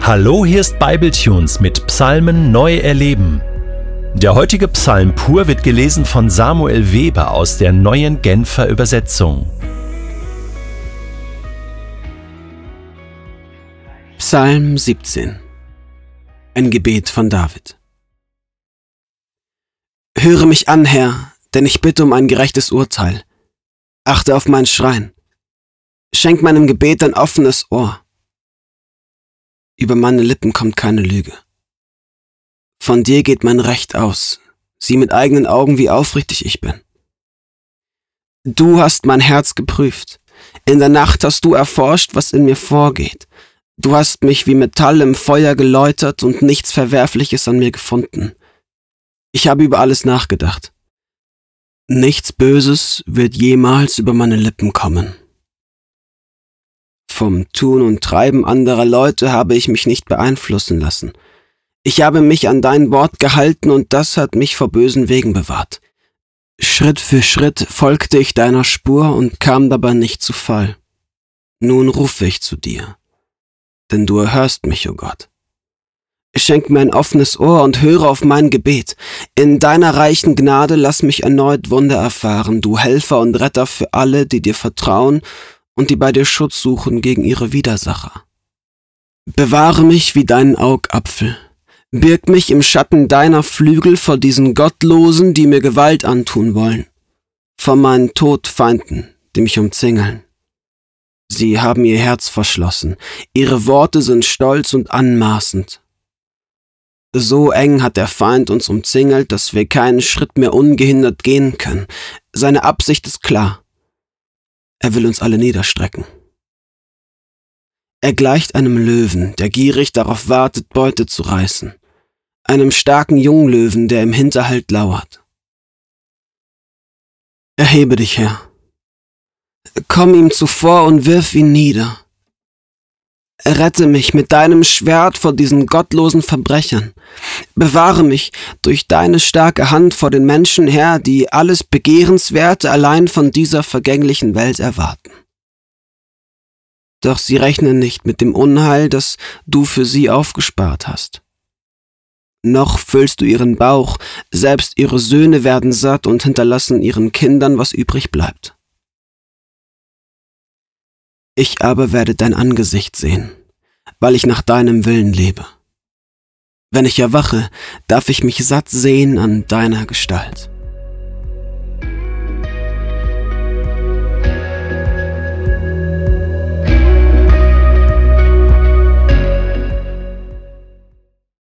Hallo, hier ist Bibletunes mit Psalmen neu erleben. Der heutige Psalm pur wird gelesen von Samuel Weber aus der Neuen Genfer Übersetzung. Psalm 17. Ein Gebet von David. Höre mich an, Herr, denn ich bitte um ein gerechtes Urteil. Achte auf mein Schreien. Schenk meinem Gebet ein offenes Ohr. Über meine Lippen kommt keine Lüge. Von dir geht mein Recht aus. Sieh mit eigenen Augen, wie aufrichtig ich bin. Du hast mein Herz geprüft. In der Nacht hast du erforscht, was in mir vorgeht. Du hast mich wie Metall im Feuer geläutert und nichts Verwerfliches an mir gefunden. Ich habe über alles nachgedacht. Nichts Böses wird jemals über meine Lippen kommen. Vom Tun und Treiben anderer Leute habe ich mich nicht beeinflussen lassen. Ich habe mich an dein Wort gehalten und das hat mich vor bösen Wegen bewahrt. Schritt für Schritt folgte ich deiner Spur und kam dabei nicht zu Fall. Nun rufe ich zu dir, denn du erhörst mich, o Gott. Schenk mir ein offenes Ohr und höre auf mein Gebet. In deiner reichen Gnade lass mich erneut Wunder erfahren, du Helfer und Retter für alle, die dir vertrauen und die bei dir Schutz suchen gegen ihre Widersacher. Bewahre mich wie deinen Augapfel. Birg mich im Schatten deiner Flügel vor diesen Gottlosen, die mir Gewalt antun wollen. Vor meinen Todfeinden, die mich umzingeln. Sie haben ihr Herz verschlossen. Ihre Worte sind stolz und anmaßend. So eng hat der Feind uns umzingelt, dass wir keinen Schritt mehr ungehindert gehen können. Seine Absicht ist klar. Er will uns alle niederstrecken. Er gleicht einem Löwen, der gierig darauf wartet, Beute zu reißen. Einem starken Junglöwen, der im Hinterhalt lauert. Erhebe dich, Herr. Komm ihm zuvor und wirf ihn nieder. Rette mich mit deinem Schwert vor diesen gottlosen Verbrechern. Bewahre mich durch deine starke Hand vor den Menschen, Herr, die alles Begehrenswerte allein von dieser vergänglichen Welt erwarten. Doch sie rechnen nicht mit dem Unheil, das du für sie aufgespart hast. Noch füllst du ihren Bauch, selbst ihre Söhne werden satt und hinterlassen ihren Kindern, was übrig bleibt. Ich aber werde dein Angesicht sehen, weil ich nach deinem Willen lebe. Wenn ich erwache, darf ich mich satt sehen an deiner Gestalt.